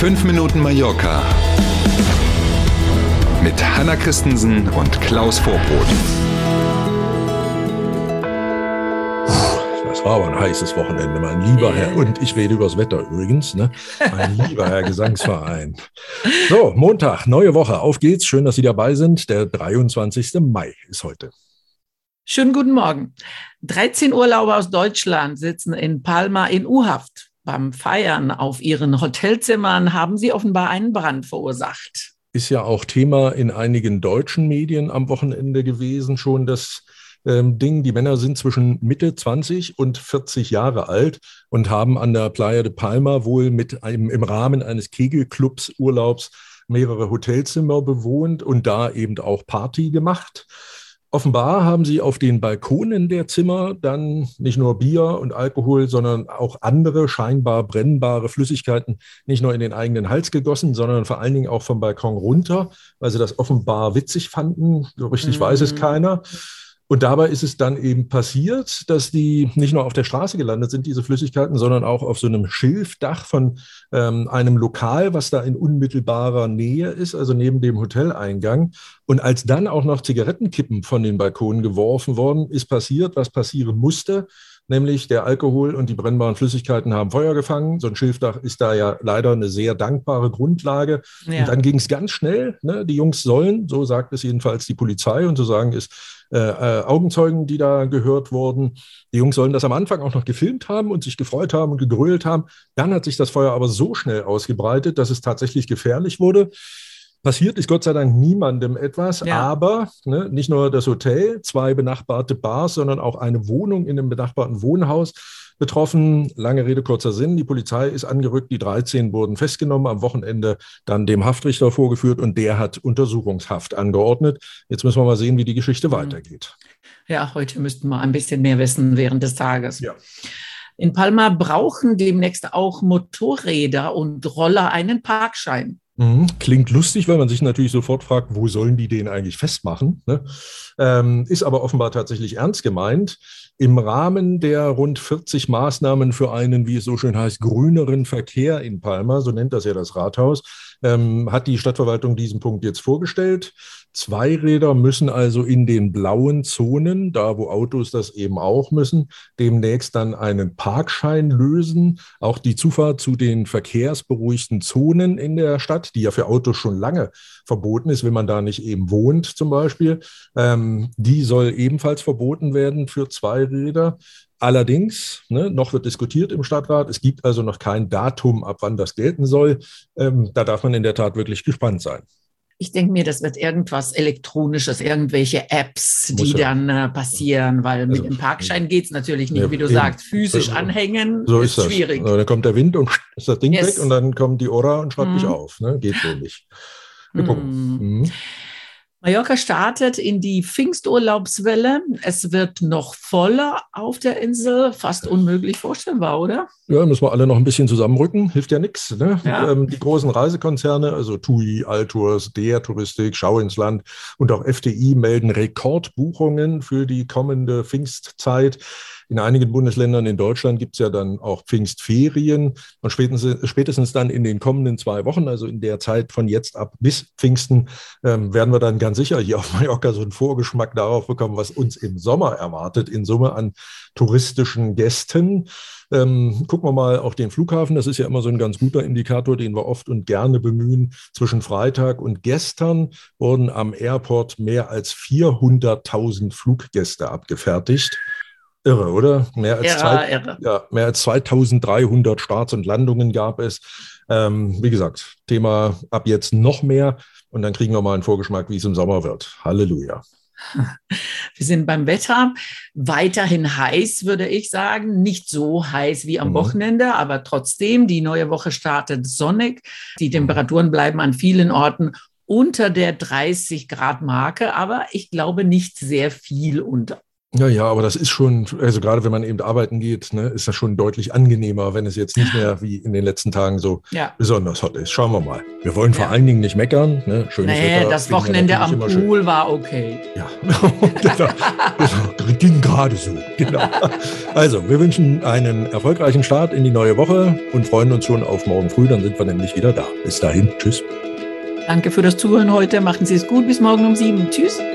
5 Minuten Mallorca mit Hanna Christensen und Klaus Vorbrot. Das war aber ein heißes Wochenende, mein lieber Herr. Und ich rede übers Wetter übrigens, ne? Mein lieber Herr Gesangsverein. So, Montag, neue Woche. Auf geht's. Schön, dass Sie dabei sind. Der 23. Mai ist heute. Schönen guten Morgen. 13 Urlauber aus Deutschland sitzen in Palma in U-Haft. Beim Feiern auf ihren Hotelzimmern haben sie offenbar einen Brand verursacht. Ist ja auch Thema in einigen deutschen Medien am Wochenende gewesen, schon das Ding. Die Männer sind zwischen Mitte 20 und 40 Jahre alt und haben an der Playa de Palma wohl im Rahmen eines Kegelclubs Urlaubs mehrere Hotelzimmer bewohnt und da eben auch Party gemacht. Offenbar haben sie auf den Balkonen der Zimmer dann nicht nur Bier und Alkohol, sondern auch andere scheinbar brennbare Flüssigkeiten nicht nur in den eigenen Hals gegossen, sondern vor allen Dingen auch vom Balkon runter, weil sie das offenbar witzig fanden. So richtig weiß es keiner. Und dabei ist es dann eben passiert, dass die nicht nur auf der Straße gelandet sind, diese Flüssigkeiten, sondern auch auf so einem Schilfdach von einem Lokal, was da in unmittelbarer Nähe ist, also neben dem Hoteleingang. Und als dann auch noch Zigarettenkippen von den Balkonen geworfen worden, ist passiert, was passieren musste. Nämlich der Alkohol und die brennbaren Flüssigkeiten haben Feuer gefangen. So ein Schilfdach ist da ja leider eine sehr dankbare Grundlage. Ja. Und dann ging es ganz schnell. Ne? Die Jungs sollen, so sagt es jedenfalls die Polizei und so sagen es Augenzeugen, die da gehört wurden. Die Jungs sollen das am Anfang auch noch gefilmt haben und sich gefreut haben und gegrölt haben. Dann hat sich das Feuer aber so schnell ausgebreitet, dass es tatsächlich gefährlich wurde. Passiert ist Gott sei Dank niemandem etwas, aber nicht nur das Hotel, 2 benachbarte Bars, sondern auch eine Wohnung in einem benachbarten Wohnhaus betroffen. Lange Rede, kurzer Sinn. Die Polizei ist angerückt, die 13 wurden festgenommen, am Wochenende dann dem Haftrichter vorgeführt und der hat Untersuchungshaft angeordnet. Jetzt müssen wir mal sehen, wie die Geschichte weitergeht. Ja, heute müssten wir ein bisschen mehr wissen während des Tages. Ja. In Palma brauchen demnächst auch Motorräder und Roller einen Parkschein. Klingt lustig, weil man sich natürlich sofort fragt, wo sollen die den eigentlich festmachen? Ne? Ist aber offenbar tatsächlich ernst gemeint. Im Rahmen der rund 40 Maßnahmen für einen, wie es so schön heißt, grüneren Verkehr in Palma, so nennt das ja das Rathaus, hat die Stadtverwaltung diesen Punkt jetzt vorgestellt. Zweiräder müssen also in den blauen Zonen, da wo Autos das eben auch müssen, demnächst dann einen Parkschein lösen. Auch die Zufahrt zu den verkehrsberuhigten Zonen in der Stadt, die ja für Autos schon lange verboten ist, wenn man da nicht eben wohnt zum Beispiel, die soll ebenfalls verboten werden für Zweiräder. Allerdings, noch wird diskutiert im Stadtrat, es gibt also noch kein Datum, ab wann das gelten soll. Da darf man in der Tat wirklich gespannt sein. Ich denke mir, das wird irgendwas Elektronisches, irgendwelche Apps, die dann passieren, weil mit dem Parkschein geht es natürlich nicht, wie du sagst, physisch anhängen so ist das schwierig. Also, dann kommt der Wind und ist das Ding weg und dann kommt die Ora und schreibt dich auf. Ne? Geht wohl nicht. Wir gucken. Mallorca startet in die Pfingsturlaubswelle. Es wird noch voller auf der Insel. Fast unmöglich vorstellbar, oder? Ja, müssen wir alle noch ein bisschen zusammenrücken. Hilft ja nichts. Ne? Ja. Die großen Reisekonzerne, also TUI, Altours, DR Touristik, Schau ins Land und auch FDI melden Rekordbuchungen für die kommende Pfingstzeit. In einigen Bundesländern in Deutschland gibt es ja dann auch Pfingstferien und spätestens dann in den kommenden 2 Wochen, also in der Zeit von jetzt ab bis Pfingsten, werden wir dann ganz sicher hier auf Mallorca so einen Vorgeschmack darauf bekommen, was uns im Sommer erwartet, in Summe an touristischen Gästen. Gucken wir mal auf den Flughafen. Das ist ja immer so ein ganz guter Indikator, den wir oft und gerne bemühen. Zwischen Freitag und gestern wurden am Airport mehr als 400.000 Fluggäste abgefertigt. Irre, oder? Mehr als 2300 Starts und Landungen gab es. Wie gesagt, Thema ab jetzt noch mehr. Und dann kriegen wir mal einen Vorgeschmack, wie es im Sommer wird. Halleluja. Wir sind beim Wetter weiterhin heiß, würde ich sagen. Nicht so heiß wie am Wochenende, aber trotzdem, die neue Woche startet sonnig. Die Temperaturen bleiben an vielen Orten unter der 30-Grad-Marke, aber ich glaube nicht sehr viel unter. Ja, aber das ist schon, also gerade wenn man eben arbeiten geht, ne, ist das schon deutlich angenehmer, wenn es jetzt nicht mehr wie in den letzten Tagen so besonders hot ist. Schauen wir mal. Wir wollen vor allen Dingen nicht meckern. Ne? Schönes Wetter. Das Wochenende am Pool war okay. Ja, das ging gerade so. Genau. Also, wir wünschen einen erfolgreichen Start in die neue Woche und freuen uns schon auf morgen früh. Dann sind wir nämlich wieder da. Bis dahin. Tschüss. Danke für das Zuhören heute. Machen Sie es gut. Bis morgen um 7. Tschüss.